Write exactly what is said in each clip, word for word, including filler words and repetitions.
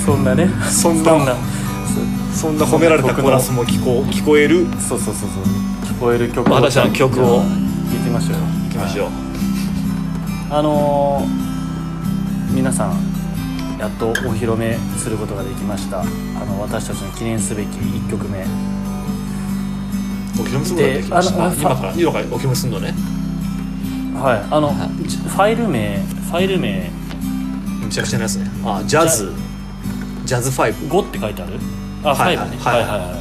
そんなねそんなそんな褒められたコーラスも聞こ聞こえるそうそうそうそう聞こえる曲を私の曲を聴いてみましょうよ。 いきましょう。 あのー、皆さんやっとお披露目することができました。あの私たちの記念すべきいっきょくめお披露目することができました。 あの今から今からお披露目するのね。 はいあの、はい、ファイル名ファイル名むちゃくちゃなやつね。あジャズジャズファイブごって書いてある。あ、 はいファイブね。 はいはいはいはい。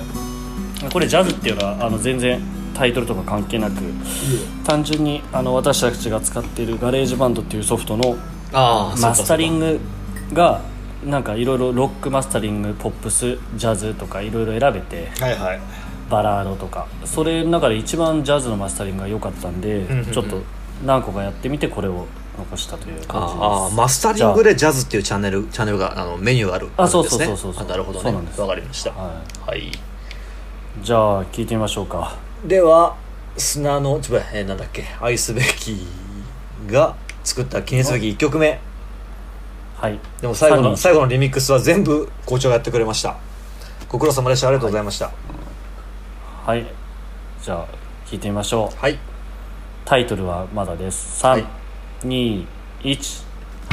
これジャズっていうのはあの全然タイトルとか関係なく、単純にあの私たちが使っているガレージバンドっていうソフトのあマスタリングがなんかいろいろロックマスタリング、ポップス、ジャズとかいろいろ選べて、 はいはいバラードとかそれの中で一番ジャズのマスタリングが良かったんで、 うんうんうん、 ちょっと何個かやってみてこれを残したという感じです。 ああマスタリングでジャズっていうチャンネルチャンネルがあのメニューがあるんですね。 あそうそうそうそうそうあなるほどね。 そうなんです。 わかりました。 はい、 はい、 じゃあ聞いてみましょうか。 では砂のちょっと、えー、なんだっけ愛すべきが作った記念すべきいっきょくめ。 はい。 でも最後の最後のリミックスは全部校長がやってくれました。ご苦労様でした。ありがとうございました。 はい、はい、じゃあ聞いてみましょう。 はい。 タイトルはまだです。さん、に、いち、はい。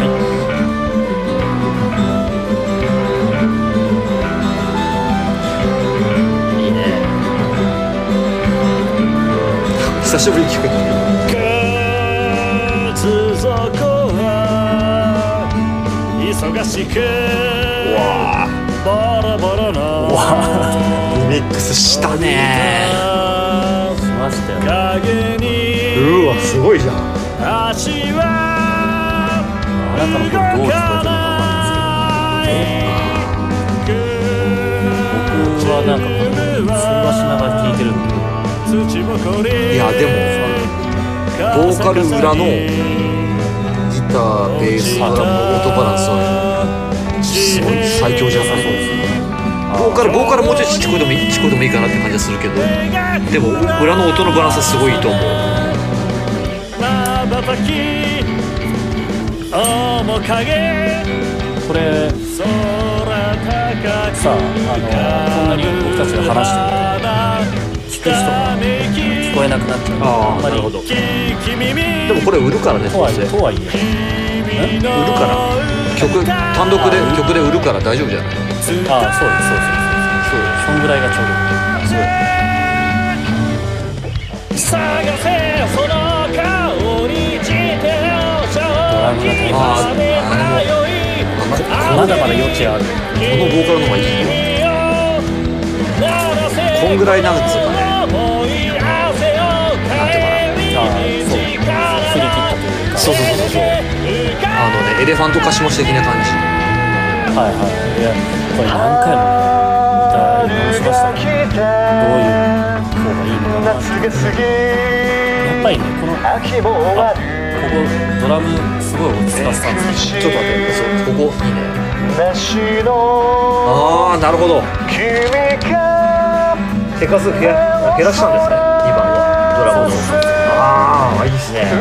いいね。久しぶりに聞く。 靴底は忙しくわボロボロのリミックスしたね。 しましたよ。 影にうわすごいじゃん。 足はあなたの声どう聞こえてるのかわかんないですけど、僕はなんかこの通話しながら聞いてるんで。 いやでもボーカル裏のギター、ベース、ドラムの音バランスはすごい最強じゃない。 そうですね。 ボーカルボーカルもうちょいちっこいでもいいちっこいでもいいかなって感じがするけど、でも裏の音のバランスはすごいいいと思う。 これさあ、あのこんなに僕たちが話してると聞く人が聞こえなくなっちゃう。 ああなるほど。でもこれ売るからね。 とはいえとはい売えるから曲単独で曲で売るから大丈夫じゃない。 ああそうですそうですそうです。そんぐらいがちょうどいい。そう探せその顔に自転車を引きあめたよいまだまだ余地ある。 このボーカルの方がいいよ。こんぐらいなんですかね。なんていうかな。 ああそう振り切ったというか。 そうそうそうそう。あのねエレファントカシモシ的な感じ。 はいはい。いやこれ何回も見た直しましたね。どういう方がいいのかなって。やっぱりねこのあここドラムすごい落ち着かせたんですよ。 ちょっと待って、そうここいいね。ああなるほど。手数減ら減らしたんですね。にばんはドラムの。ああいいですね。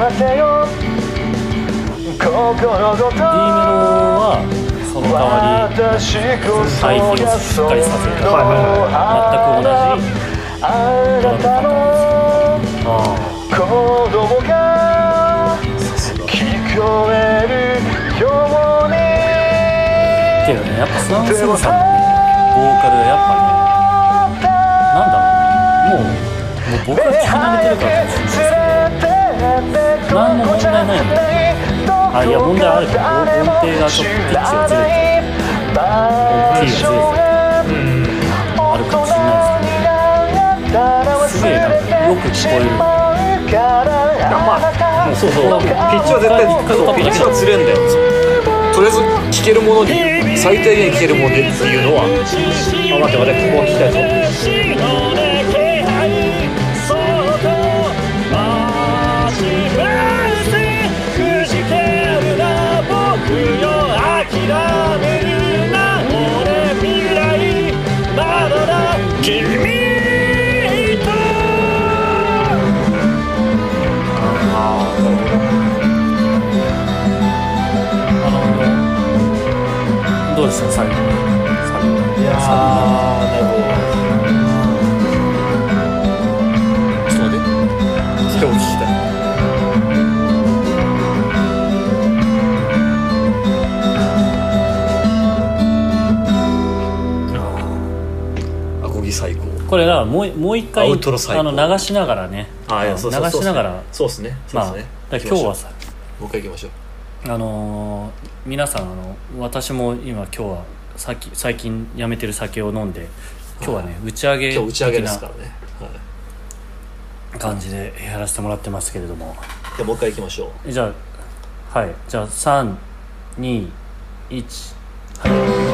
D メロはその代わり対比をしっかりさせる、 はいはいはい、 全く同じドラムパターンですよ。 あ子供が聞こえるようにけどねやっぱスワン・スーさんのねボーカルがやっぱねなんだろうもうもう僕は聞き慣れてるからかもしれないですけど何も問題ないんだよ。あいや問題あるけど音程がちょっとピッチがずれてキーがずれてあるかもしれないですけどすげえなんかよく聞こえる。 まあそうそうピッチは絶対そうピッチはずれんだよ。とりあえず聴けるものに最低限聴けるものでっていうのはあ待って待ってここは聴きたいぞ。 どうですですね最後。 いやーなるほど。ちょっと待って手を聞きたい。アコギ最高。 これがもうもう一回アウトロ最高あの流しながらね、 あいやそうそうそう流しながら、 そうですねそうまあですね。 だから今日はさ、 もう一回行きましょう。 あのー皆さんあの私も今今日はさっき最近やめてる酒を飲んで今日はね、 はい打ち上げ今日打ち上げ的なですからね。はい。 感じでやらせてもらってますけれども、 じゃあもう一回行きましょう。 じゃあはいじゃあさんにいちはい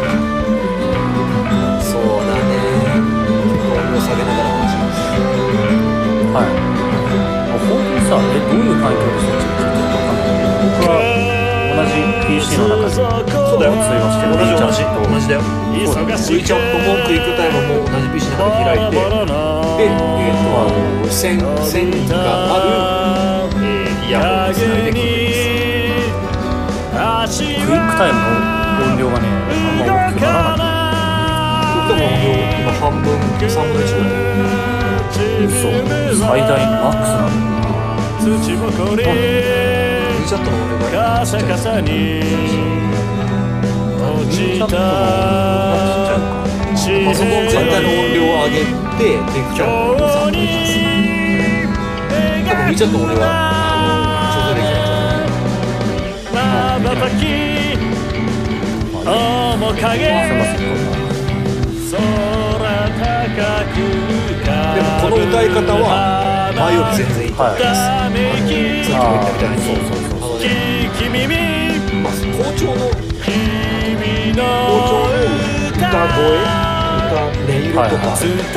そうだね。音量下げながら話します。 はいあ本当にさえどういう環境でそっちに聞いてるか分かんないけど僕は同じ ピーシー の中でそうだよ。 通話してる同じ同じリーチャーと同じだよ。 そうだね V チャットもクイックタイムも同じ ピーシー の中で開いて、で、えー、とあの線線がある、えー、イヤホンをつないで聞いてます。 クイックタイムの音量がねあんま大きくならない僕の音量今半分さんぶんのいちぐらい。 嘘最大マックスなんだよな V チャットの音量がちっちゃいです。 V チャットの音量がちっちゃいのかパソコン全体の音量を上げてクイックタイムの音量をさんぶんのいちです。多分 V チャットの音量はあの調整できないと思う。でもこの歌い方は前より全然いいと思います。あのさっきも言ったみたいに、あのね、まあ校長の校長の歌声、歌音色とか別的に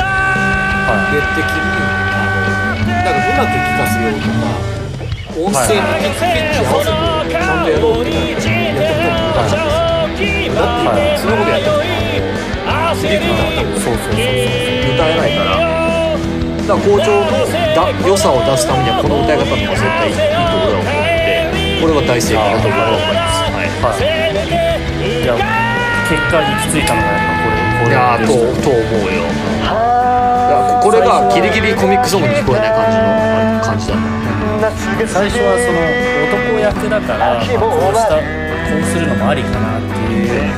あのなんかうまく聞かせようとか音声のピッチ合わせてちゃんとやろうってやっても多分無駄なんですよ。だってそのことやっても響く歌は多分そうそうそうそう歌えないから、だから校長のだ良さを出すためにはこの歌い方の方が絶対いいと俺は思って、これは大正解だと僕は思います。はい。 はいいや結果行き着いたのがやっぱこれこれいやーとと思うよ。いやこれがギリギリコミックソングに聞こえない感じの感じだね。 最初はその男役だから、まあ、こうしたこうするのもありかなっていう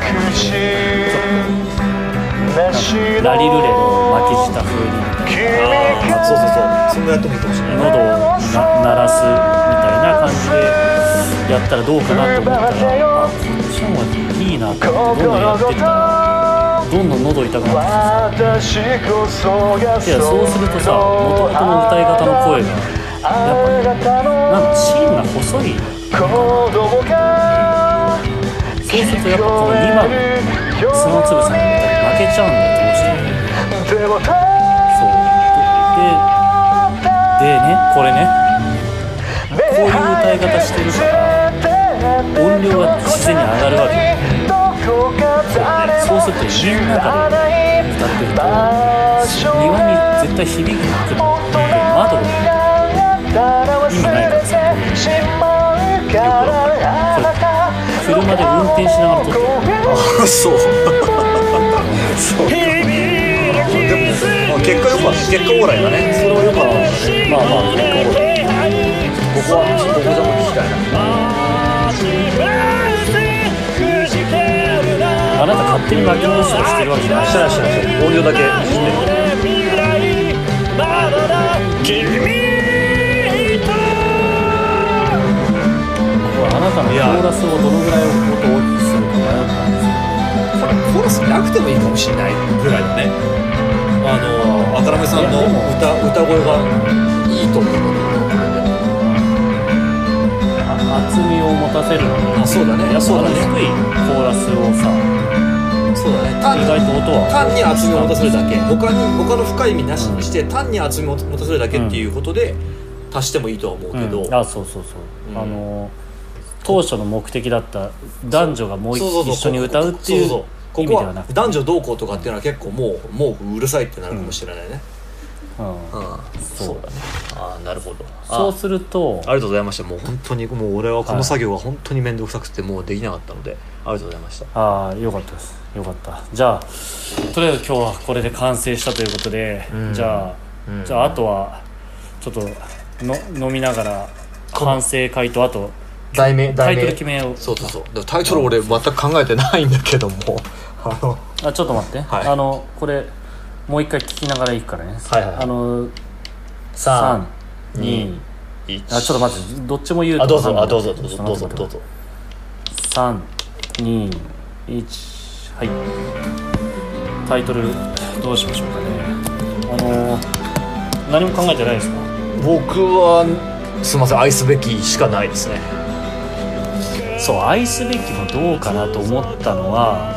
ラリルレの巻き舌風にみたいなあそうそうそうそんなやってもいいかもしれない。 喉をな鳴らすみたいな感じでやったらどうかなと思ったら、あこっちの方がいいなと思ってどんどんやってったらどんどん喉痛くなってきてさ、いやそうするとさ元々の歌い方の声がやっぱねなんか芯が細いそうするとやっぱこのにばん砂粒さんに負けちゃうんだよどうしてもそうででねこれねこういう歌い方してるから音量が自然に上がるわけよ。そうすると家の中で歌ってると庭に絶対響くる窓が意味ないからさよくわかる。これ車で運転しながら撮ってる。 あそうそうでも結果良かった。結果オーライだね。それは良かったんだね。 まあまあ結果オーライ。 ここはここでも聞きたいな。 あなた勝手に巻き戻しをしてるわけじゃない。 してないしてない。音量だけしてる。 あなたのコーラスをどのぐらい音を大きくするか迷ったんですけど、 これコーラスなくてもいいかもしれないぐらいだね。あの赤目さんの歌歌声がいいと思うんだけど、これで厚みを持たせるのにあそうだね。 やっぱそうだね。 低いコーラスをさそうだね。単に意外と音は単に厚みを持たせるだけ、他に他の深い意味なしにして、うん、単に厚みを持たせるだけっていうことで足してもいいとは思うけど、 うん、あそうそうそう、うん、あの当初の目的だった男女がもう一緒に歌うっていう意味ではなくて、 男女どうこうとかっていうのは結構もうもううるさいってなるかもしれないね。 うんうんそうだね。ああなるほど。 そうするとありがとうございました。もう本当にもう俺はこの作業が本当に面倒くさくてもうできなかったので、ありがとうございました。 ああよかったですよかった。じゃあとりあえず今日はこれで完成したということで、うん、じゃあ、うん、じゃああとはちょっとの飲みながら反省会とあと題名タイトル決めよう。 そうそうそうタイトル俺全く考えてないんだけどもあのあちょっと待って、はい、あのこれもう一回聞きながらいくからね。 はいはい、 あのさん、に、いちあちょっと待ってどっちも言うとあどうぞあどうぞどうぞどうぞどうぞさん、に、いちはいタイトルどうしましょうかね。あの何も考えてないですか？ 僕はすみません愛すべきしかないですね。 そう愛すべきもどうかなと思ったのは、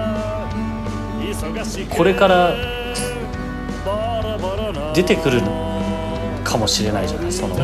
うん、これから出てくるかもしれないじゃないその、うん、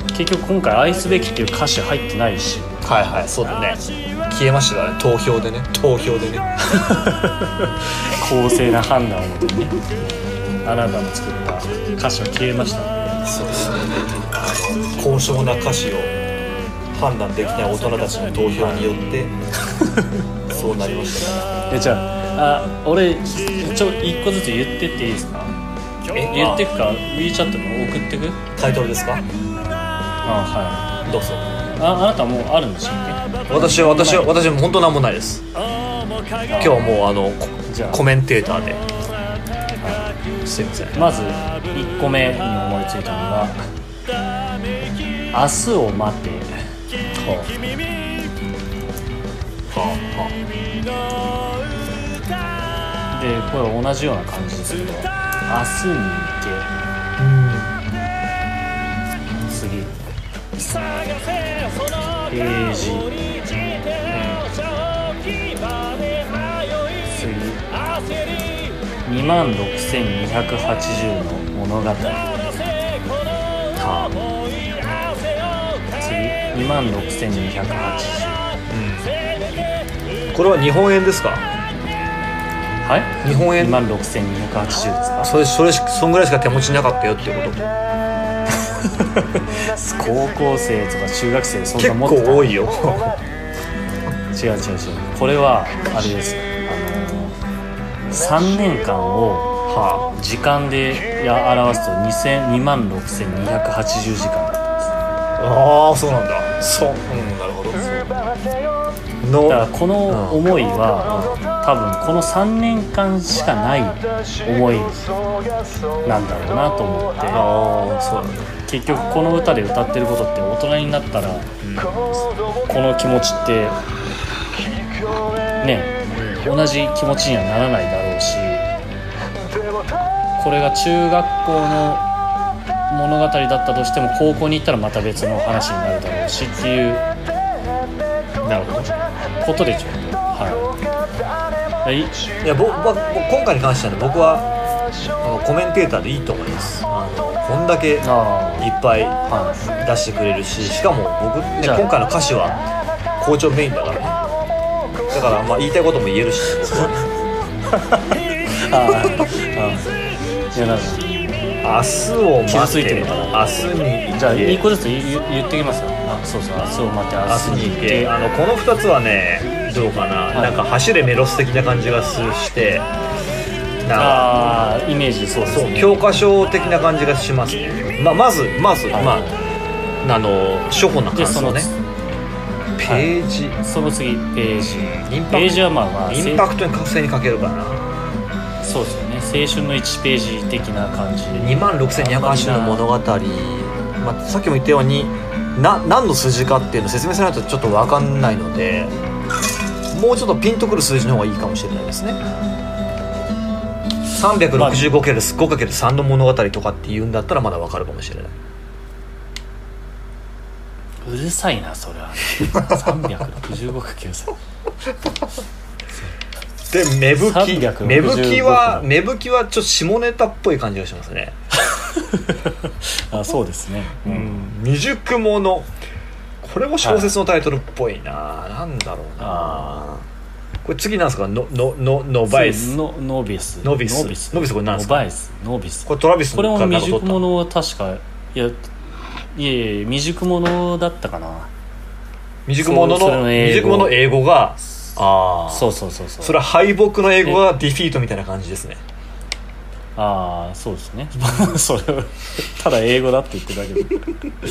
結局今回愛すべきっていう歌詞入ってないしはいはいそうだね消えましたね投票でね投票でね公正な判断をもとにねあなたの作った歌詞は消えましたね。 そうですね高尚な歌詞を判断できない大人たちの投票によってそうなりましたね。 えじゃあ、あ俺ちょ一個ずつ言ってっていいですか？え言ってくか WeChat に送ってくタイトルですか？ あはいどうぞ。 ああなたもうあるんでしたっけ？ 私は私は私は本当なんもないです。今日はもうあのじゃあコメンテーターで、はい、すいません。 まずいっこめに思いついたのが明日を待てはあはあでこれ同じような感じですけど明日に行け、うん、次ページ、うん、次にまんろくせんにひゃくはちじゅうの物語は次にまんろくせんにひゃくはちじゅう、 うん、これは日本円ですか？ はい日本円にまんろくせんにひゃくはちじゅうですか？ それそれそんぐらいしか手持ちなかったよっていうこと？ 高校生とか中学生そんな持ってた？ 結構多いよ違う違う違うこれはあれですあのさんねんかんをは時間でや表すとにまんろくせんにひゃくはちじゅうじかんだったんです。 ああそうなんだそう、うん、なるほどのだからこの思いは、うん、多分このさんねんかんしかない思いなんだろうなと思って、あそうなんだ結局この歌で歌ってることって大人になったら、うん、この気持ちってね、うん、同じ気持ちにはならないだろうしこれが中学校の物語だったとしても高校に行ったらまた別の話になるだろうしっていうなるほどことでちょっとはいいや僕今回に関しては、ね、僕はあのコメンテーターでいいと思います。あのこんだけいっぱい出してくれるし、しかも僕、ね、今回の歌詞は校長メインだからね。だからまあ言いたいことも言えるし、ね、僕はああいやなんか明日を待って明日にじゃあいい子ずつ 言, 言ってきますよ。あそうそう明日を待って明日に行け。 あのこのふたつはねどうかな、はい、なんか走れメロス的な感じがするしてああイメージそうですね。 そう教科書的な感じがしますね。まあまずまず、はい、まああの初歩な感想ね。ページ、 はい、その次ページインパページはまあまあインパクトに覚醒に欠けるかな。 そうですよね。青春のいちページ的な感じ。 にまんろくせんにひゃくはちじゅうの物語、まあ、さっきも言ったようにな何の数字かっていうのを説明さないとちょっと分かんないので、もうちょっとピンとくる数字の方がいいかもしれないですね。 さんびゃくろくじゅうごかけるごかけるさん の物語とかっていうんだったらまだ分かるかもしれない。 うるさいなそれはさんびゃくろくじゅうごかけるさんで芽吹き芽吹きは芽吹きはちょっと下ネタっぽい感じがしますねあそうですね、 うん、未熟者これも小説のタイトルっぽいな、はい、なんだろうな、 これ次なんですか？ノノノノバイスノノビスノビスノビスノビスこれなんですか？ ノバイスノビスこれトラビスこれも未熟も者は確かいやいやいや未熟者だったかな。 未熟者のそれの英語未熟者の英語がああそうそうそうそうそれは敗北の英語がディフィートみたいな感じですね。 ああそうですねそれをただ英語だって言ってるだけで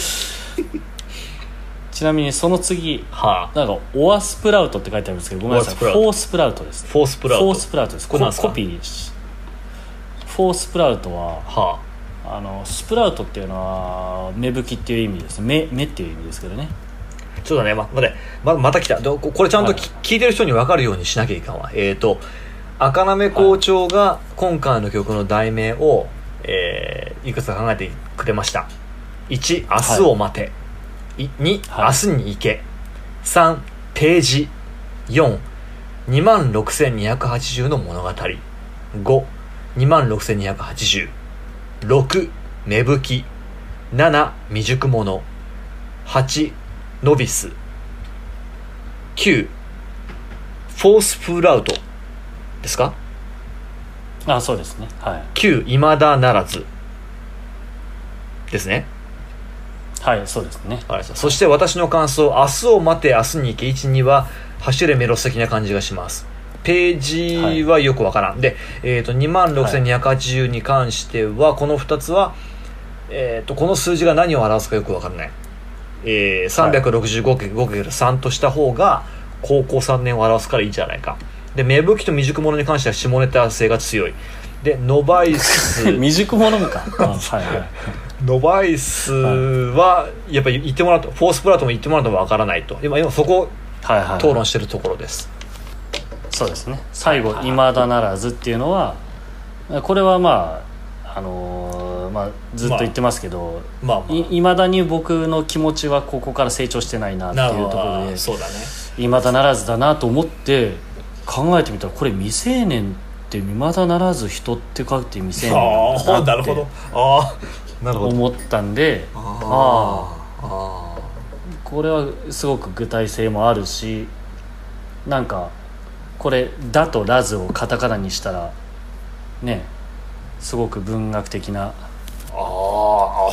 ちなみにその次、 はあ、 なんかオアスプラウトって書いてあるんですけどごめんなさいフォースプラウトですフォースプラウトフォースプラウトです。 これなんですか？ コピーしフォースプラウトは、 はあ、あのスプラウトっていうのは芽吹きっていう意味ですね。芽っていう意味ですけどね。 ちょっとね、ま、待って、ま、また来た。どここれちゃんと、はい、聞いてる人に分かるようにしなきゃいかんわ。えっ、ー、と、赤なめ校長が今回の曲の題名を、えー、いくつか考えてくれました。いち、明日を待て。はい、に、 はい、 明日に行け。さん、ページ。よん、にまんろくせんにひゃくはちじゅうの物語。ご、にまんろくせんにひゃくはちじゅう。ろく、芽吹き。なな、未熟者。はち、ノビス。きゅう、フォースプラウトですか？ あ、そうですね。はい。 きゅう、未だならずですね。 はい、そうですね。 はい、そして私の感想、明日を待て明日に行けいち、には走れメロス的な感じがします。ページはよくわからん、はい、で、えー、とにまんろくせんにひゃくはちじゅうに関しては、はい、このふたつは、えー、とこの数字が何を表すかよくわからない。えー、さんびゃくろくじゅうごかけるさん とした方が高校さんねんを表すからいいんじゃないか。で、芽吹きと未熟者に関しては下ネタ性が強い。で、ノバイス未熟者もかあ、はいはい、 ノバイスはやっぱり言ってもらうと、フォースプラウトも言ってもらうとわからないと、今今そこを討論してるところです、 はいはいはい、そうですね。最後、未だならずっていうのは、これはまああのーまあ、ずっと言ってますけど、まあまあまあ、いまだに僕の気持ちはここから成長してないなっていうところで、 そうだね、 未だならずだなと思って考えてみたら、これ未成年って未だならず人って書いて未成年なんだなって思ったんで、ああこれはすごく具体性もあるし、なんかこれだとラズをカタカナにしたらね、すごく文学的な、 ああ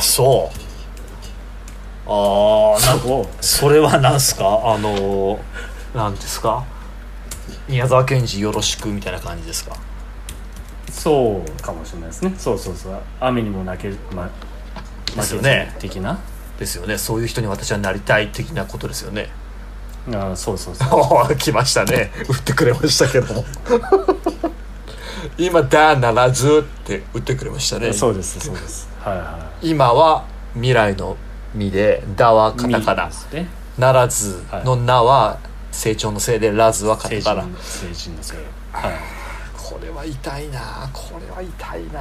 そうああなんかそれはなんすか、あのなんですか、宮沢賢治よろしくみたいな感じですか？ そうかもしれないですね。そうそうそう、雨にも泣け、ま、 ですよね、 的なですよね。そういう人に私はなりたい的なことですよね。 ああ、そうそうそう来ましたね、打ってくれましたけども今だならずって打ってくれましたね。 そうですそうです、はいはい、 今は未来の未で、だはカタカナ、ね、ならずのなは成長のせいで、らずはカタカナ、 成人のせい、はい、 これは痛いな、これは痛いな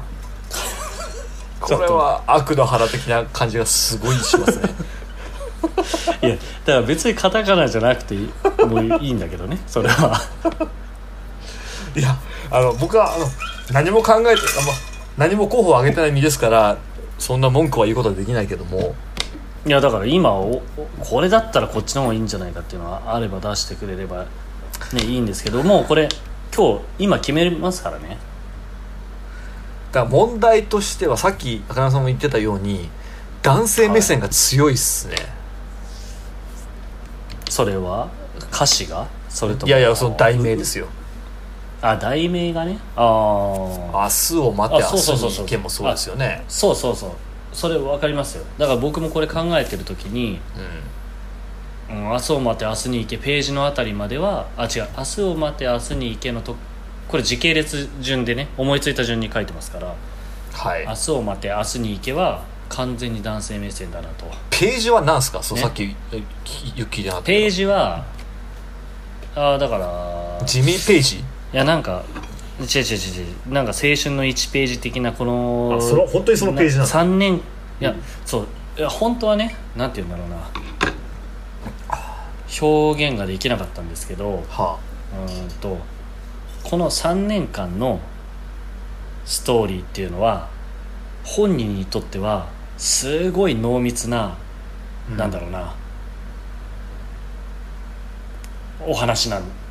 これは悪の腹的な感じがすごいしますねいや、だから別にカタカナじゃなくてもういいんだけどね、それはいや、あの僕はあの何も考えて、あ、ま、何も候補を挙げてない身ですから、そんな文句は言うことはできないけども、 いやだから今おこれだったらこっちの方がいいんじゃないかっていうのはあれば出してくれれば、ね、いいんですけども、これ今日今決めますからね。 だから問題としては、さっき赤山さんも言ってたように男性目線が強いっすね、はい、 それは歌詞が、それとも、 いやいや、その題名ですよ。 あ、題名がね、ああ、明日を待って明日に行けもそうですよね。 そうそうそう、それ分かりますよ。だから僕もこれ考えてる時に、うんうん、明日を待って明日に行けページのあたりまでは、あ、違う、明日を待って明日に行けのと、これ時系列順でね、思いついた順に書いてますから、はい、明日を待って明日に行けは完全に男性目線だなと。 ページは何すか、そう、ね、さっき言ってなかった。 ページは、あ、だから地味ページ、 いや、なんか違う違う違う、なんか青春のいちページ的な、この、 あ、その本当にそのページなの？ さんねん、いや、そう、いや本当はね、なんて言うんだろうな、表現ができなかったんですけど、はあ、うんとこのさんねんかんのストーリーっていうのは本人にとってはすごい濃密な、うん、なんだろうな、お話なん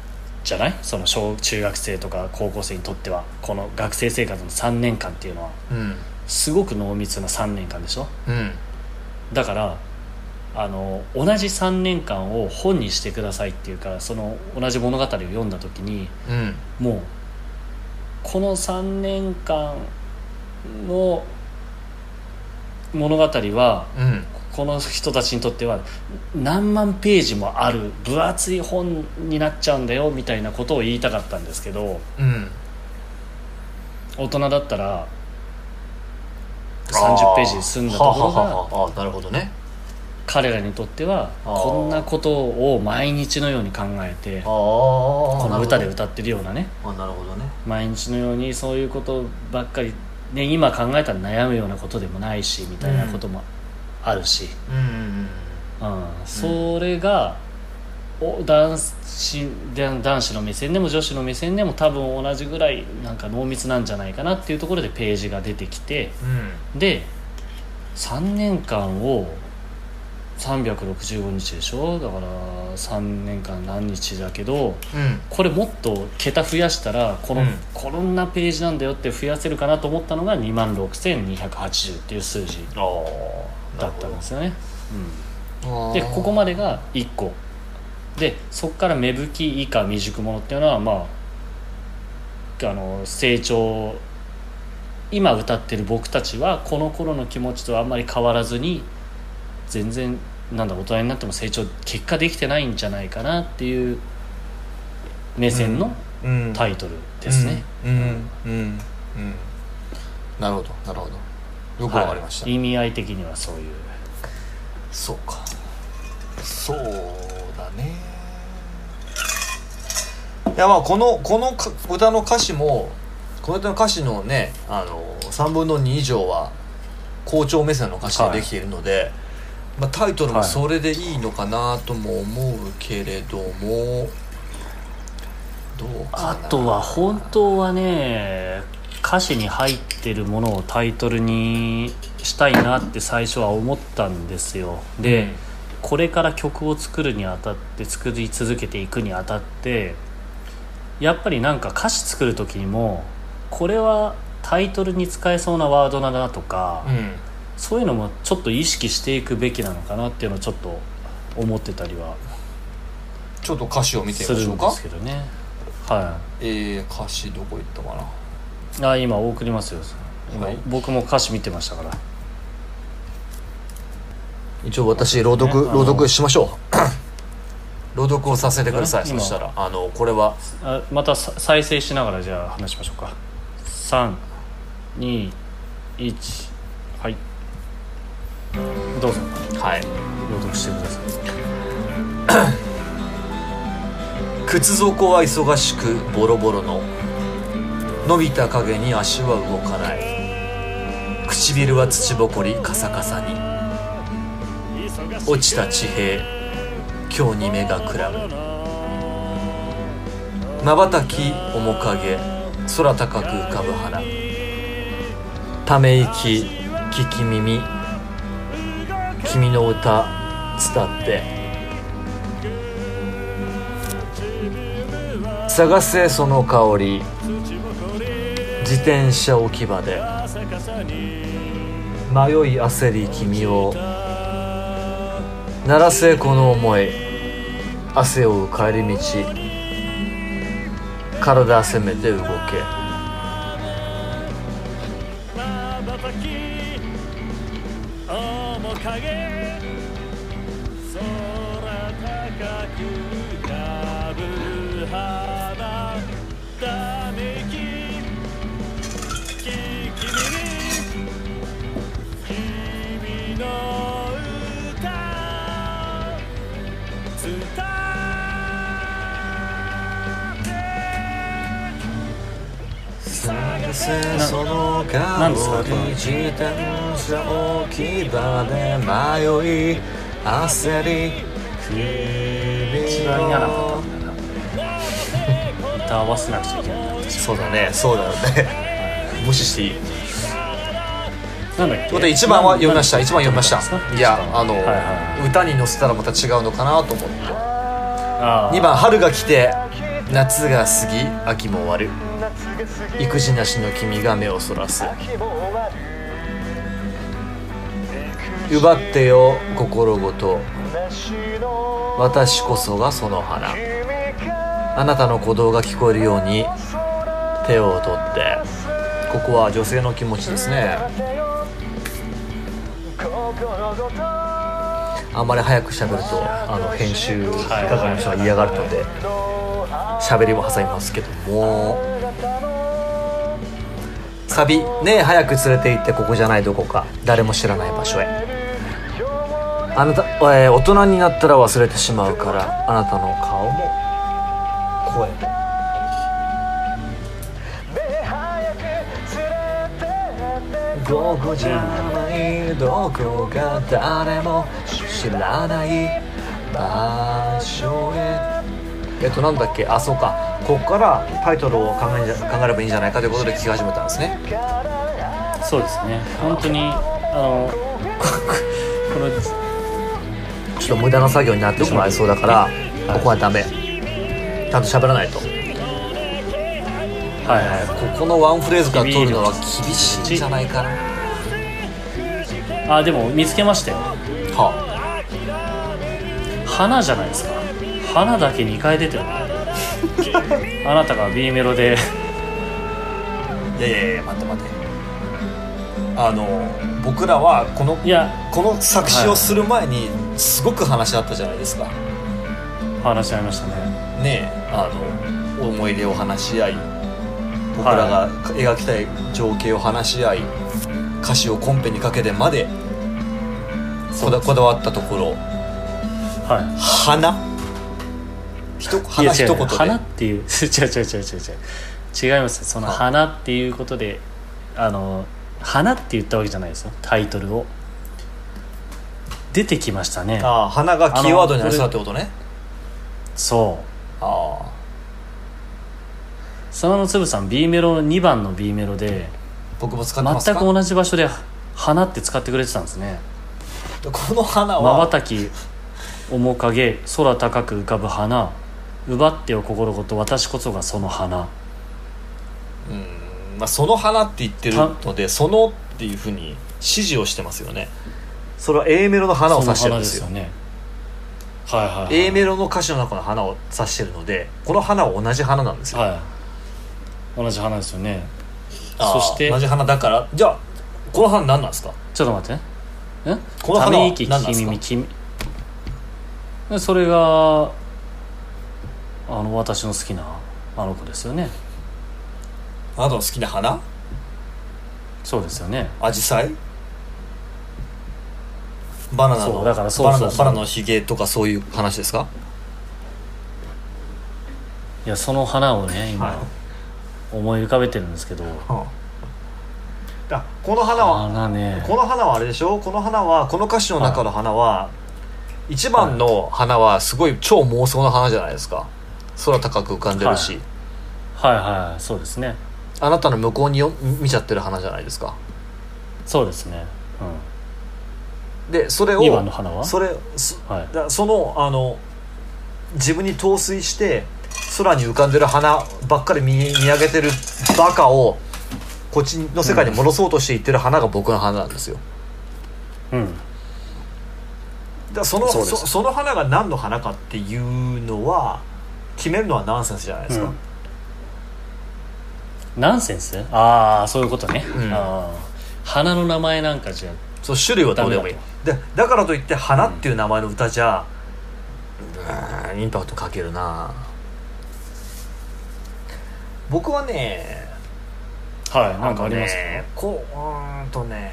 じゃない、その小中学生とか高校生にとってはこの学生生活のさんねんかんっていうのはうんすごく濃密なさんねんかんでしょ。 うんだからあの同じさんねんかんを本にしてくださいっていうか、その同じ物語を読んだ時にうんもうこのさんねんかんの物語はうんこの人たちにとっては何万ページもある分厚い本になっちゃうんだよみたいなことを言いたかったんですけど、 うん大人だったらさんじゅっページで済んだところがははははあなるほどね。 彼らにとってはあーこんなことを毎日のように考えてあここの歌で歌ってるようなね、 あなるほどね。 毎日のようにそういうことばっかり、ね、今考えたら悩むようなことでもないしみたいなこともあるし、 うんうんうんそれがお男子男子の目線でも女子の目線でも多分同じぐらいなんか濃密なんじゃないかなっていうところでページが出てきて、 うんでさんねんかんをさんびゃくろくじゅうごにちでしょ。だからさんねんかん何日だけど、 うんこれもっと桁増やしたらこの、 うんこんなページなんだよって増やせるかなと思ったのが にまんろくせんにひゃくはちじゅう っていう数字ああだったんですよね。うん、 あーでここまでがいっこで、そこから芽吹き以下未熟者っていうのはまああの成長、今歌ってる僕たちはこの頃の気持ちとあんまり変わらずに全然なんだ大人になっても成長結果できてないんじゃないかなっていう目線のうんタイトルですね。 うんうんうんうんなるほどなるほどよくわかりました、 はい、意味合い的にはそういう。 そうかそうだね。いやまあこのこのか歌の歌詞もこの歌の歌詞のねあのさんぶんのに以上は校長目線の歌詞でできているので、まあ、タイトルもそれでいいのかなとも思うけれども、どうかな。 あとは本当はね歌詞に入ってるものをタイトルにしたいなって最初は思ったんですよ。で、 うんこれから曲を作るにあたって作り続けていくにあたってやっぱりなんか歌詞作る時にもこれはタイトルに使えそうなワードだなとか、 うんそういうのもちょっと意識していくべきなのかなっていうのをちょっと思ってたりはちょっと歌詞を見てみするんでましょうか。 すけどね。はえー、歌詞どこ行ったかな。 い、あ今送りますよ。今、 はい僕も歌詞見てましたから。 一応私朗読、 ねあの朗読しましょう朗読をさせてください。そ今したらあのこれはあまたさ再生しながらじゃあ話しましょうか。さんにいちはいどうぞはい朗読してください。 靴底は忙しくボロボロの伸びた影に足は動かない。唇は土ぼこりカサカサに落ちた地平今日に目がくらむ。瞬き面影空高く浮かぶ花。ため息聞き耳君の歌伝って探せその香り自転車置き場で迷い焦り君を鳴らせこの思い汗を追う帰り道体せめて動け。そのなんですか香り自転車置き場で迷い焦り一番嫌なパターンだな。歌合わせなくちゃいけないな。 そうだねそうだよね無視していい。 なんだっけ。 ということでいちばんは読みました。いちばん読みました。いや一番あの、 はいはい歌に乗せたらまた違うのかなと思って。 あーにばん春が来て夏が過ぎ秋も終わる、育児なしの君が目をそらす、奪ってよ心ごと、私こそがその花、あなたの鼓動が聞こえるように手を取って。ここは女性の気持ちですね。あんまり早く喋るとあの編集係の人が嫌がるので喋りも挟みますけども、サビねえ早く連れて行って、ここじゃないどこか誰も知らない場所へ、あなた、えー、大人になったら忘れてしまうから、あなたの顔も声も、午後じゃないどこか誰も知らない場所へ。えっとなんだっけ、あそうか、ここからタイトルを考え考えればいいんじゃないかということで聞き始めたんですね。 そうですね、本当にあのこのちょっと無駄な作業になってしまいそうだから、ここはダメ、ちゃんと喋らないと。 はいはい、 ここのワンフレーズから取るのは厳しいんじゃないかな。 あでも見つけましたよ。 は花じゃないですか。花だけにかい出てるあなたが B メロでいやいやいや待って待って、あの僕らはこのいやこの作詞をする前にすごく話し合ったじゃないですか。 話し合いましたね。 ねえ、あの思い出を話し合い、僕らが描きたい情景を話し合い、歌詞をコンペにかけてまでこだ、こだわったところ、 はい、 花ひと花一言で花っていう違う違う違う違う違う違います。その花っていうことであの花って言ったわけじゃないですよ。タイトルを出てきましたね。 ああ、花がキーワードになりそうってことね。 そうああ、 沢のつぶさん B メロのにばんの B メロで僕も使ってますか。 全く同じ場所で花って使ってくれてたんですね。 この花は瞬き面影空高く浮かぶ花、奪ってよ心ごと私こそがその花。 うん、まあ、その花って言ってるのでそのっていうふうに指示をしてますよね。それは A メロの花を指してるんですよ。 その花ですよね。はいはい、はい、 A メロの歌詞の中の花を指してるので、この花は同じ花なんですよ。 はい、同じ花ですよね。 そして同じ花だから、じゃあこの花何なんですか。 ちょっと待ってね。 この花はため息何なんですか。 君耳君、それがあの私の好きなあの子ですよね。 あなたの好きな花。 そうですよね。 アジサイ、バナナの、 だからそうそうそう、 バナナ、バナナのひげとかそういう話ですか。 いやその花をね今、はい、思い浮かべてるんですけど、 はあ、だこの花は花、ね、 この花はあれでしょ。この花はこの歌詞の中の花は、いちばんの花はすごい超妄想の花じゃないですか。空高く浮かんでるし、 はい、はいはいそうですね。 あなたの向こうによ見ちゃってる花じゃないですか。 そうですね、 うん、でそれをにばんの花はそれ そ,、 はい、 だそのあの自分に陶酔して空に浮かんでる花ばっかり 見, 見上げてるバカをこっちの世界に戻そうとしていってる花が僕の花なんですよ。 うん、 だその そ, その花が何の花かっていうのは決めるのはナンセンスじゃないですか。 うん、ナンセンス？ああそういうことね。 うん、 あ花の名前なんかじゃそう種類はどうでもいい。でだからといって花っていう名前の歌じゃ、うん、インパクトかけるな。僕はね、 はいなんかありますか。 ね、こうーんとね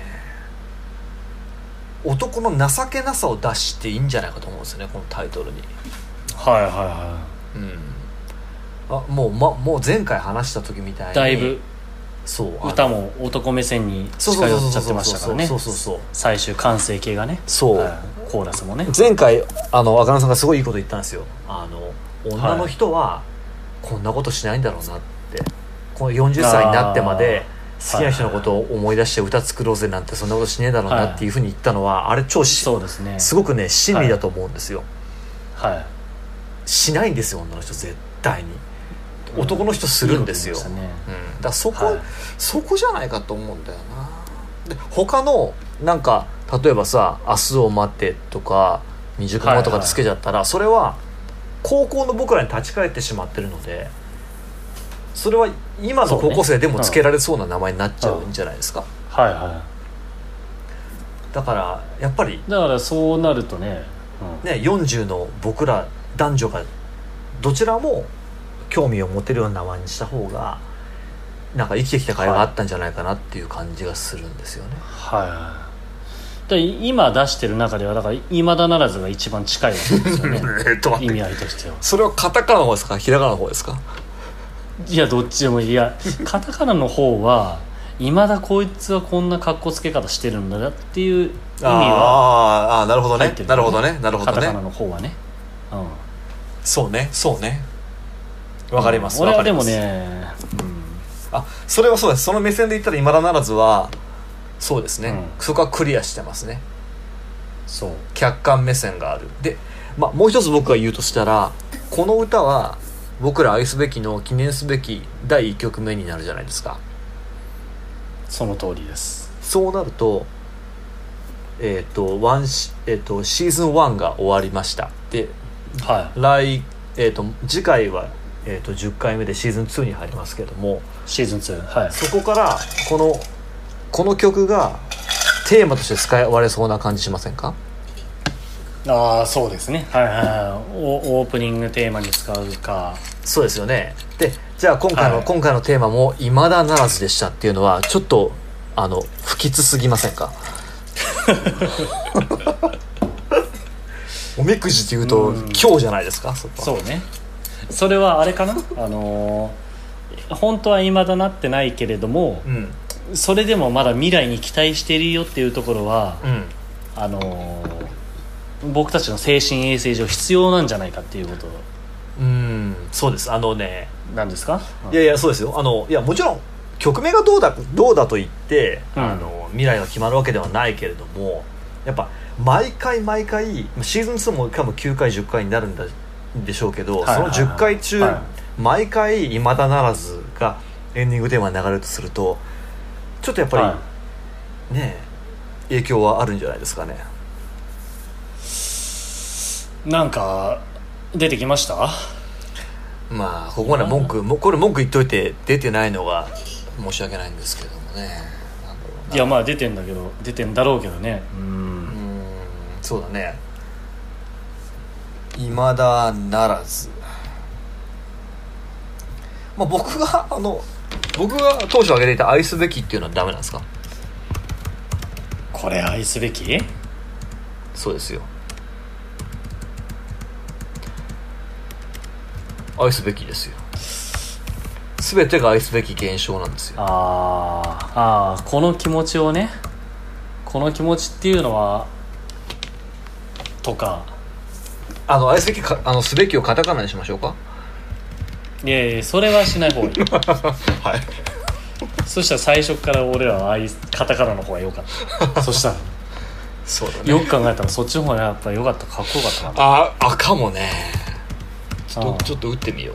男の情けなさを出していいんじゃないかと思うんですよね、このタイトルに。 はいはいはい、 うん、あもう、ま、もう前回話した時みたいにだいぶそう歌も男目線に近寄っちゃってましたからね。 そうそうそうそう最終完成形がね。 そう、 はい、コーラスもね。 前回あの赤野さんがすごいいいこと言ったんですよ。あの女の人はこんなことしないんだろうなって、このよんじゅっさいになってまで好きな人のことを思い出して歌作ろうぜなんてそんなことしねえだろうなっていうふうに言ったのは、はい、あれ超しそうですね、 すごくね真理だと思うんですよ。 はい、はい、 しないんですよ女の人絶対に。 男の人するんですよ、 いいこと言いましたね。 うん、だからそこ、 はいそこじゃないかと思うんだよな。で他のなんか例えばさ明日を待ってとか未熟者とかつけちゃったら、それは高校の僕らに立ち返ってしまってるので、それは今の高校生でもつけられそうな名前になっちゃうんじゃないですか。 はいはだからやっぱりい。だからそうなるとね、うんね、よんじゅうの僕ら男女がどちらも興味を持てるような名前にした方がなんか生きてきた甲斐があったんじゃないかなっていう感じがするんですよね。 はいはいで今出してる中ではだから今だならずが一番近いわけですよねえっと待って、 意味合いとしては。 それはカタカナの方ですかひらがなの方ですか？ いやどっちでもいい。いやカタカナの方は今だこいつはこんな格好つけ方してるんだなっていう意味はあーあーなるほどね入ってる、 なるほどねなるほどカタカナね。 の方はね、うん、 そうねそうねわかります、 俺はでもわかります。 ね、 あそれはそうです。その目線で言ったら今だならずはそうですね、 うんそこはクリアしてますね。 そう客観目線がある。で、まあ、もう一つ僕が言うとしたらこの歌は僕ら愛すべきの記念すべきだいいっきょくめになるじゃないですか。 その通りです。 そうなるとえっ、とワンシ、えー、とシーズンワンが終わりました。ではい来、えー、と次回は、えー、とじゅっかいめでシーズンツーに入りますけども、 シーズンツー、はい、 そこからこのこの曲がテーマとして使われそうな感じしませんか？ ああそうですね、はいはいはい、オオープニングテーマに使うか。 そうですよね。でじゃあ今回の、 はい今回のテーマも未だならずでしたっていうのはちょっとあの不吉すぎませんか？おみくじっていうとうん今日じゃないですか。そこはそうね、それはあれかな、あのー、本当は未だなってないけれども、 うんそれでもまだ未来に期待しているよっていうところは、 うんあのー、僕たちの精神衛生上必要なんじゃないかっていうことうんそうです。あのねなんですか？ いやいやそうですよ。あのいやもちろん曲名がどうだどうだと言って、 うんあの未来が決まるわけではないけれども、やっぱ毎回毎回シーズンツーも多分きゅうかいじゅっかいになるんだでしょうけど、 はいはいはいそのじゅっかい中、 は毎回未だならずがエンディングテーマに流れるとするとちょっとやっぱり、 はね影響はあるんじゃないですかね。 なんか出てきました？ まあここまで文句もうこれ文句言っといて出てないのが申し訳ないんですけどもね。なんだろうないやまあ出てんだけど出てんだろうけどね。うんうーんそうだね。未だならず、まあ、僕があの僕が当初挙げていた愛すべきっていうのはダメなんですか？ これ愛すべき？ そうですよ。愛すべきですよ。全てが愛すべき現象なんですよ。 あーあーこの気持ちをね、この気持ちっていうのはとか、 あの愛すべきかあのすべきをカタカナにしましょうか。 いやいやそれはしない方がいい。 はいそしたら最初から俺らは愛カタカナの方が良かったそしたらそうだね。 よく考えたらそっちの方がやっぱ良かった、かっこよかったな。 ああかもね。ちょっあーとちょっと打ってみよう。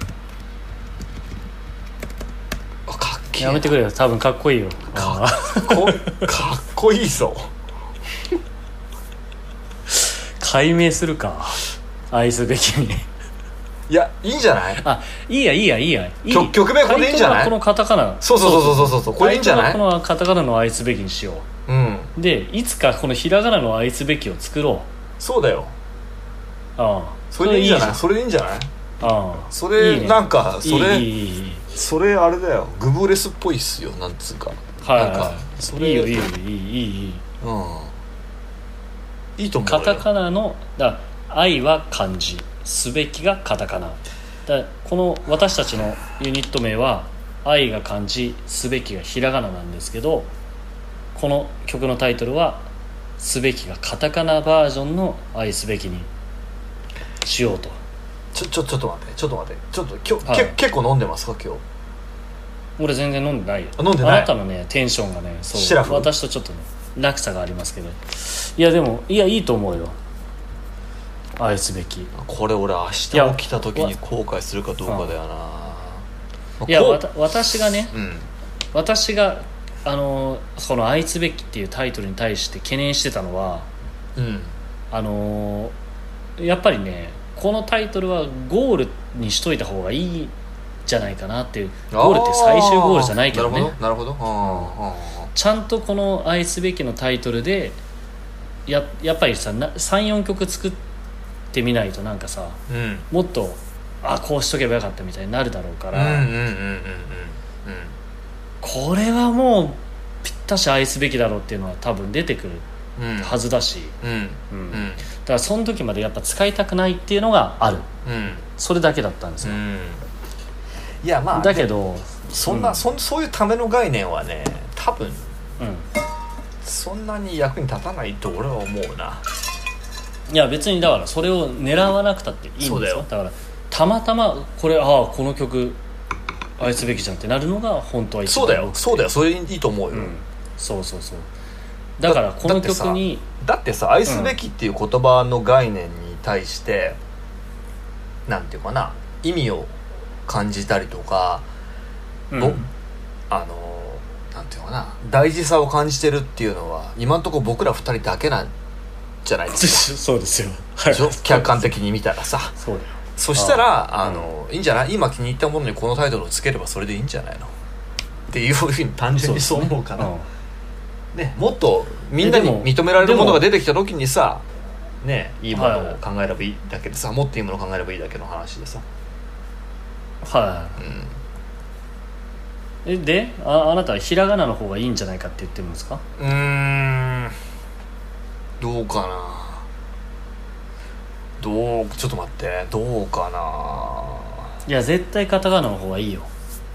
あかっけえな。 やめてくれよ、多分かっこいいよ。 かあっこかっこいいぞ。 解明するか、愛すべきに。 いやいいんじゃない？ あ、いいやいいやいいやいい。 曲曲名これでいいんじゃない？ タイトルはこのカタカナ。 そうそうそうそうそうそうこれいいんじゃない？ タイトルはこのカタカナの愛すべきにしようんう。でいつかこのひらがなの愛すべきを作ろそうだよ。 う。ああそれでいいんじゃない？ ゃん。 それでいいんじゃない？ ああそれいいねなんかそれいいいいいいいいそれあれだよ。グブレスっぽいっすよ。なんつうか。 はいなんかそれいいよいいよいいいいいいうんいいと思うよ。 カタカナのだ愛は漢字、すべきがカタカナだ。この私たちのユニット名は愛が漢字、すべきがひらがななんですけど、この曲のタイトルはすべきがカタカナバージョンの愛すべきにしようと。 ちょちょちょっと待ってちょっと待ってちょっと今日、 はいけ結構飲んでますか今日？ 俺全然飲んでないよ。 あ飲んでないあなたのねテンションがね、そうシラフ私とちょっとね落差がありますけど、いやでもいやいいと思うよ、愛すべき。 これ俺明日起きた時に後悔するかどうかだよな。 いやこうわた私がねうん私があのその愛すべきっていうタイトルに対して懸念してたのはうんあのやっぱりねこのタイトルはゴールにしといた方がいいんじゃないかなっていうゴールって最終ゴールじゃないけどねあーなるほどなるほどあーちゃんとこの愛すべきのタイトルでや, やっぱりさ さん,よん 曲作ってみないとなんかさうんうんもっとあこうしとけばよかったみたいになるだろうかうんら、 うんうんうんうんこれはもうぴったし愛すべきだろうっていうのは多分出てくるうんはずだし、 うんうんうんだからその時までやっぱ使いたくないっていうのがあるうんそれだけだったんですよ、 うんいやまあだけどそんな、 うんそそういうための概念はね多分うんそんなに役に立たないと俺は思うないや別にだからそれを狙わなくたっていいんですよ。 そうだよだからたまたまこれああこの曲愛すべきじゃんってなるのが本当は一番そうだよそうだよそれいいと思うよ、 うんそうそうそうだからこの曲にだってさ愛すべきっていう言葉の概念に対して、うん、なんていうかな意味を感じたりとか、 うんぼあのなんていうかな大事さを感じてるっていうのは今のところ僕らふたりだけなんじゃないですかそうですよ、 でしょ客観的に見たらさそうだよそしたらああの、いいんじゃない今気に入ったものにこのタイトルをつければそれでいいんじゃないのっていうふうに単純にそう思うかなそうね、もっとみんなにでも認められるものが出てきた時にさねいいものはいを考えればいいだけでさもっといいものを考えればいいだけの話でさ、 はうん、 いえで あ, あなたはひらがなの方がいいんじゃないかって言ってるんですか？ うーんどうかなどうちょっと待ってどうかないや絶対カタカナの方がいいよ。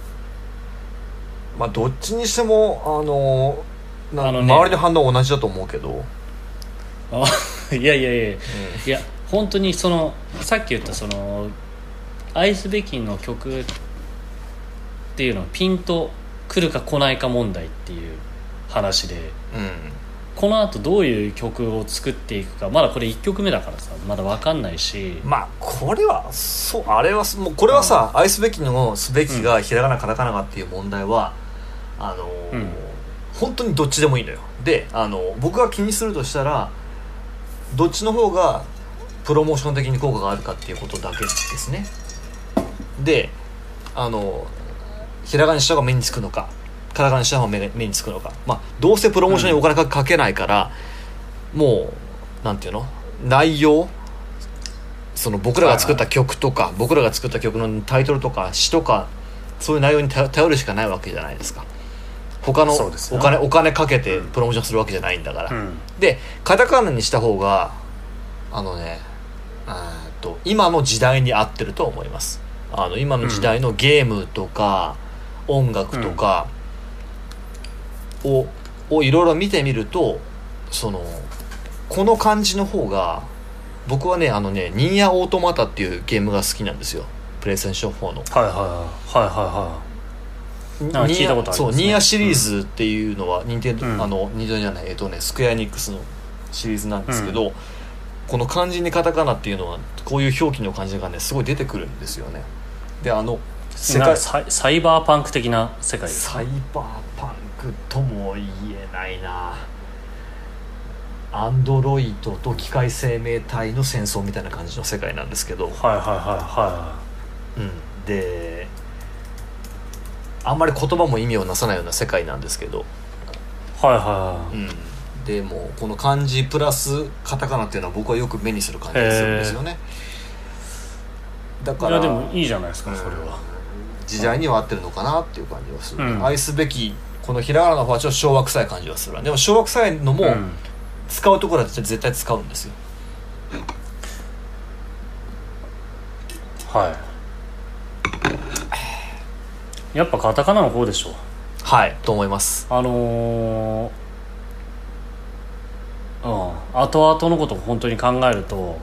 まあどっちにしてもあのなあのね周りの反応は同じだと思うけど、 あいやいやいや、 うんいや本当にそのさっき言ったその愛すべきの曲っていうのはピンとくるか来ないか問題っていう話で、 うんこの後どういう曲を作っていくかまだこれいっきょくめだからさまだ分かんないし、 まあこれはそうあれはもうこれはさ、愛すべきのすべきがひらがなカタカナがっていう問題はあのーうん本当にどっちでもいいのよ。であの僕が気にするとしたらどっちの方がプロモーション的に効果があるかっていうことだけですね。であのひらがなにした方が目につくのかカタカナにした方が 目, 目につくのか、まあ、どうせプロモーションにお金かかけないから、うん、もうなんていうの内容その僕らが作った曲とか、はいはい、僕らが作った曲のタイトルとか詩とかそういう内容に頼るしかないわけじゃないですか。他のお金、お金かけてプロモーションするわけじゃないんだから、うん、でカタカナにした方があのねと今の時代に合ってると思います。あの今の時代のゲームとか、うん、音楽とかを、うん、をいろいろ見てみるとそのこの感じの方が僕はねあのねニーヤオートマタっていうゲームが好きなんですよ。プレイステーションフォーのはいはいはいはいはいはいなんか聞いたことありますね。 そうニーヤシリーズっていうのは、うん、任天堂、うん、あの任天堂じゃないえっとねスクエアエニックスのシリーズなんですけど、うん、この漢字にカタカナっていうのはこういう表記の漢字がねすごい出てくるんですよね。であの世界サイ、サイバーパンク的な世界ですか？ サイバーパンクとも言えないな。アンドロイドと機械生命体の戦争みたいな感じの世界なんですけど、 はいはいはいはい、 うん、であんまり言葉も意味をなさないような世界なんですけど、 はいはいはい、 うん、でもこの漢字プラスカタカナっていうのは僕はよく目にする感じがするんですよね。だからいやでもいいじゃないですか、うん、それは時代には合ってるのかなっていう感じはする、 うん、 愛すべきこのひらがなの方はちょっと昭和臭い感じはする。でも昭和臭いのも使うところだって絶対使うんですよ、 はいやっぱカタカナの方でしょ。 はいと思います。 あのー、うん後々のことを本当に考えると、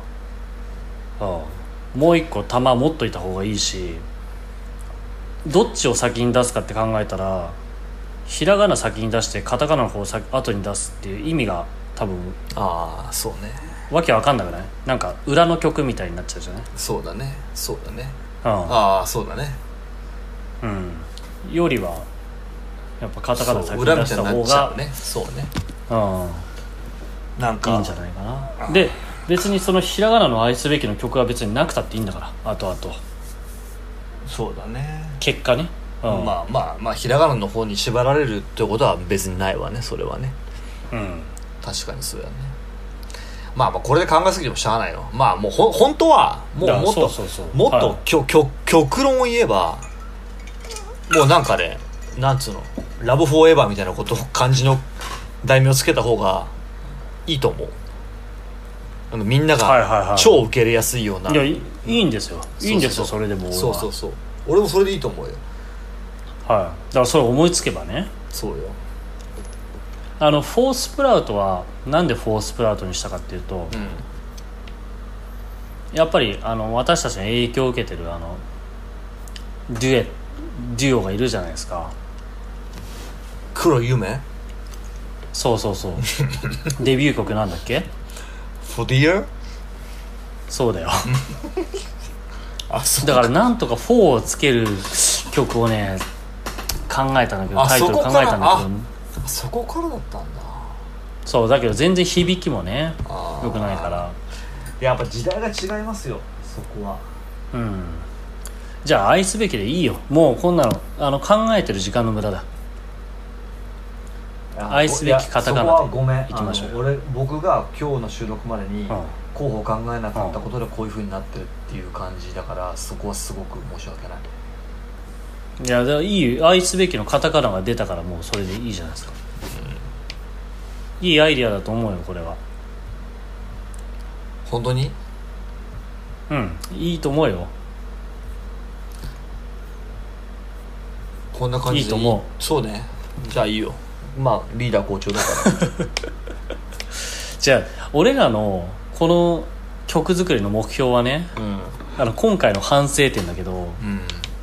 うん、もう一個玉持っといた方がいいし、どっちを先に出すかって考えたらひらがな先に出してカタカナの方を先後に出すっていう意味が多分ああそうねわけわかんなくない？なんか裏の曲みたいになっちゃうじゃない？ そうだねそうだね、 うん、 ああそうだねうんよりはやっぱカタカナ先に裏み出した方たいになっちゃがうね。そうね。 うんなんかいいんじゃないかな。で別にそのひらがなの愛すべきの曲は別になくたっていいんだから後々 そうだね。 結果ね、うん、 まあまあまあひらがなの方に縛られるってことは別にないわね。それはね。 うん確かにそうやね。まあまあこれで考えすぎてもしゃあないの。まあもうほ本当はもうもっとそうそうそうもっと、 はい、 きょきょ極論を言えばもうなんかねなんつうのラブフォーエバーみたいなことを漢字の題名をつけた方がいいと思う。あのみんなはいはいはいが超受け入れやすいような、 いやいいいんですよいいんですよ。それでも俺はそうそうそう俺もそれでいいと思うよ。 はいだからそれ思いつけばね。 そうよ。 あのフォースプラウトはなんでフォースプラウトにしたかっていうと、 うんやっぱりあの私たちの影響を受けてるあのデュエデュオがいるじゃないですか。 黒い夢そうそうそうデビュー曲なんだっけ。 For the year そうだよあそうだからなんとかフォーをつける曲をね考えたんだけどあタイトル考えたんだけどあそこからだったんだ。 そうだけど全然響きもねあ良くないから。 やっぱ時代が違いますよそこは。 うんじゃあ愛すべきでいいよ。もうこんなのあの考えてる時間の無駄だ。愛すべきカタカナでそこはごめんいきましょうよ。 あの俺僕が今日の収録までにうん候補を考えなかったことでこういう風になってるっていう感じだからそこはすごく申し訳ない。 いやだからいい愛すべきのカタカナが出たからもうそれでいいじゃないですか、うん、いいアイディアだと思うよこれは。 本当にうんいいと思うよ。 こんな感じでいいと思う。 そうねじゃあいいよ。まあリーダー校長だからじゃあ俺らのこの曲作りの目標はね、 うん、 あの今回の反省点だけど、 うん、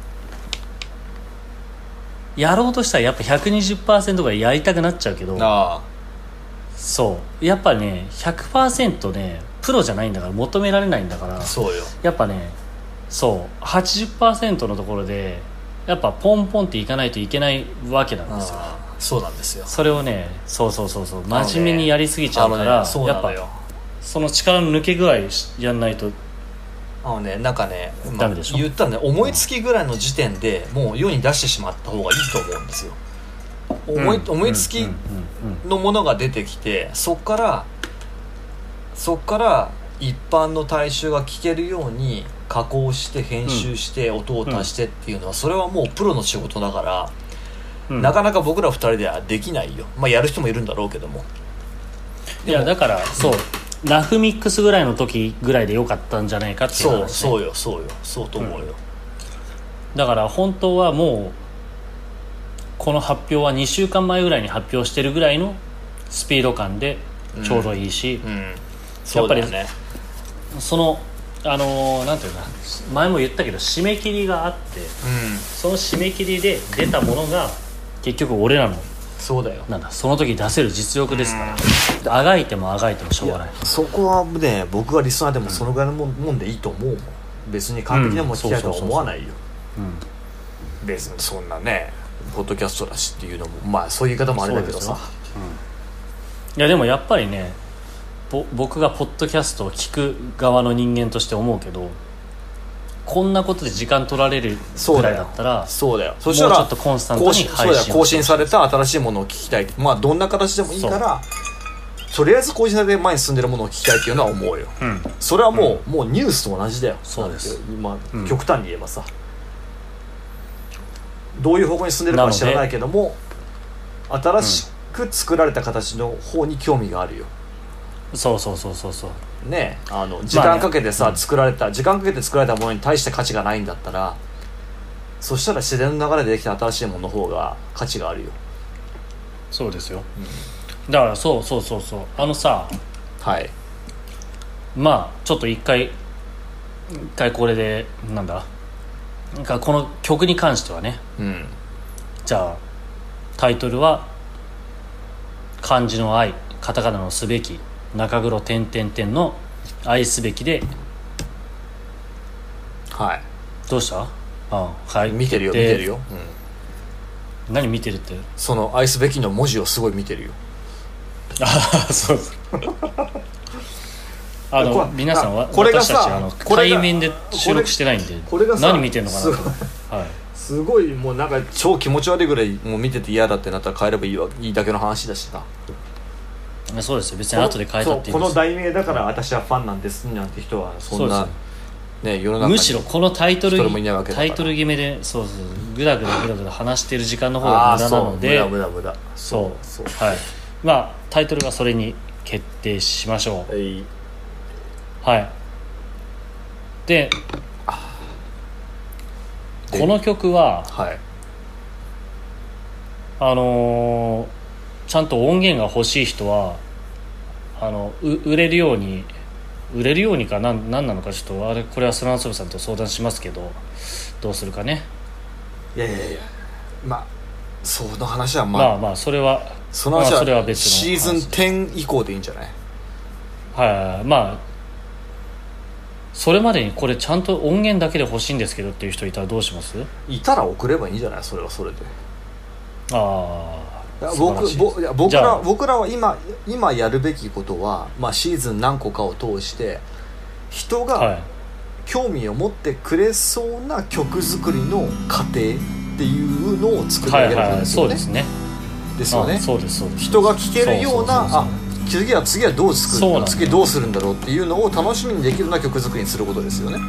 やろうとしたらやっぱ ひゃくにじゅっパーセント がやりたくなっちゃうけど、 あそうやっぱね ひゃくパーセント ねプロじゃないんだから求められないんだから。 あそうよ。 やっぱねそう はちじゅっパーセント のところでやっぱポンポンっていかないといけないわけなんですよ。 そうなんですよ。 それをねそうそうそうそう真面目にやりすぎちゃうから、 ね、そうなのよ。 やっぱその力の抜け具合やんないとあのねなんかね、まあ、 ダメでしょ。 言ったらね思いつきぐらいの時点でもう世に出してしまった方がいいと思うんですよ。思い、うん、思いつきのものが出てきてそっからそっから一般の大衆が聞けるように加工して編集して音を足してっていうのはそれはもうプロの仕事だから、うん、なかなか僕ら二人ではできないよ。まあやる人もいるんだろうけども。 いやだからそう、うん、ラフミックスぐらいの時ぐらいでよかったんじゃないかっていう話、ね、 そうそうよそうよそうと思うよ、 うん、だから本当はもうこの発表はにしゅうかんまえぐらいに発表してるぐらいのスピード感でちょうどいいし、 うんうん、 やっぱりねそのあのー、なんていうか前も言ったけど締め切りがあって、うん、その締め切りで出たものが結局俺らのそうだよなんだその時出せる実力ですから、あがいてもあがいてもしょうがない。 そこはね僕はリスナーでもそのぐらいのもん、うん、もんでいいと思うもん。別に完璧なもん聞きたいとは思わないよ。別にそんなねポッドキャストだしっていうのもまあそういう言い方もあれだけどさ、 うん、いやでもやっぱりね僕がポッドキャストを聞く側の人間として思うけどこんなことで時間取られるぐらいだったらそうだよそしたらもうちょっとコンスタントに配信更新された新しいものを聞きたい。まあどんな形でもいいからとりあえず更新されて前に進んでるものを聞きたいっていうのは思うよ、うん、それはもう、うん、もうニュースと同じだよ。 そうです。 今、うん、極端に言えばさどういう方向に進んでるかは知らないけども新しく作られた形の方に興味があるよ。 そうそうそうそうそうねえあの時間かけてさ、 まあね、 作られた時間かけて作られたものに対して価値がないんだったらそしたら自然の流れでできた新しいものの方が価値があるよ。 そうですよ、うん、だからそうそうそうそうあのさはいまあちょっと一回一回これでなんだなんかこの曲に関してはね、 うん、 じゃあタイトルは漢字の愛カタカナのすべき中黒点点点の愛すべきではいどうしたああはい見てるよ見でてるよ、うん、 何見てるって。 その愛すべきの文字をすごい見てるよ。 ああそうですあこの皆さんはこれがさ私たちあのこれが対面で収録してないんでこれがさ何見てんのかなと、はいすごいもうなんか超気持ち悪いぐらいもう見てて嫌だってなったら変えればいいわいいだけの話だしさ。 そうですよ別に後で変えたっていいこのです。 題名だから私はファンなんですなんて人はそんなそうね世の中にむしろこのタイトル一人もいないわけだからタイトル決めでそうそうグダグダグダグダ話してる時間の方が無駄なので、 あーそう無駄無駄無駄そうそうはいまあタイトルがそれに決定しましょう。 はいはいででこの曲ははいあのー、ちゃんと音源が欲しい人はあのう売れるように売れるようにかなんなんなのかちょっとあれこれはスランソブさんと相談しますけどどうするかね。 いやいやいやまあその話はまあ、 まあまあそれはその話まあそれはは別のシーズンじゅう以降でいいんじゃない。 はいまあそれまでにこれちゃんと音源だけで欲しいんですけどっていう人いたらどうします？ いたら送ればいいんじゃないそれはそれで。 あいやあ僕ぼいや僕じゃあら僕らは今今やるべきことは、まあ、シーズン何個かを通して人はがい興味を持ってくれそうな曲作りの過程っていうのを作りはい上げることはいですよね。 そうですねですよねあそうですそうです人が聴けるようなそうそうそうそうあ次は次はどう作るんだそうなんだ次どうするんだろうっていうのを楽しみにできるような曲作りにすることですよね。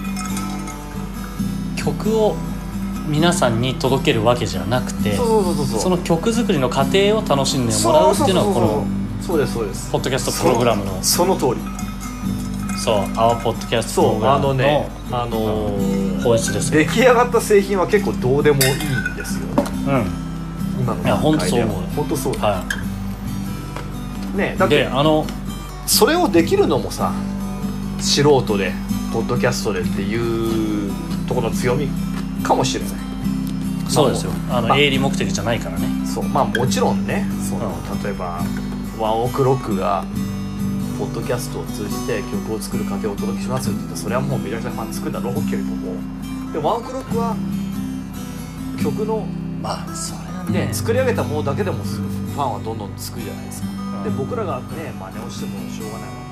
曲を皆さんに届けるわけじゃなくてそうそうそうそうその曲作りの過程を楽しんでもらうっていうのはこのそうですそうですポッドキャストプログラムのその通りそう「アワポッドキャストプそうあログラム」ののねあのー本質ですよ。 出来上がった製品は結構どうでもいいんですようん今のいや本当そう思う本当そうだ、 はね、だっいでてあのそれをできるのもさ素人でポッドキャストでっていうところの強みかもしれない。 そうですよあのまあ営利目的じゃないからね。 そうまあもちろんねその、 う例えばワンオクロックがポッドキャストを通じて曲を作る過程をお届けしますよって言ったらそれはもうめちゃくちゃファン作るだろうけれどもでワンオクロックは曲の、 まあそれはねね、作り上げたものだけでもファンはどんどんつくじゃないですか。で僕らがね真似をしてもしょうがないわ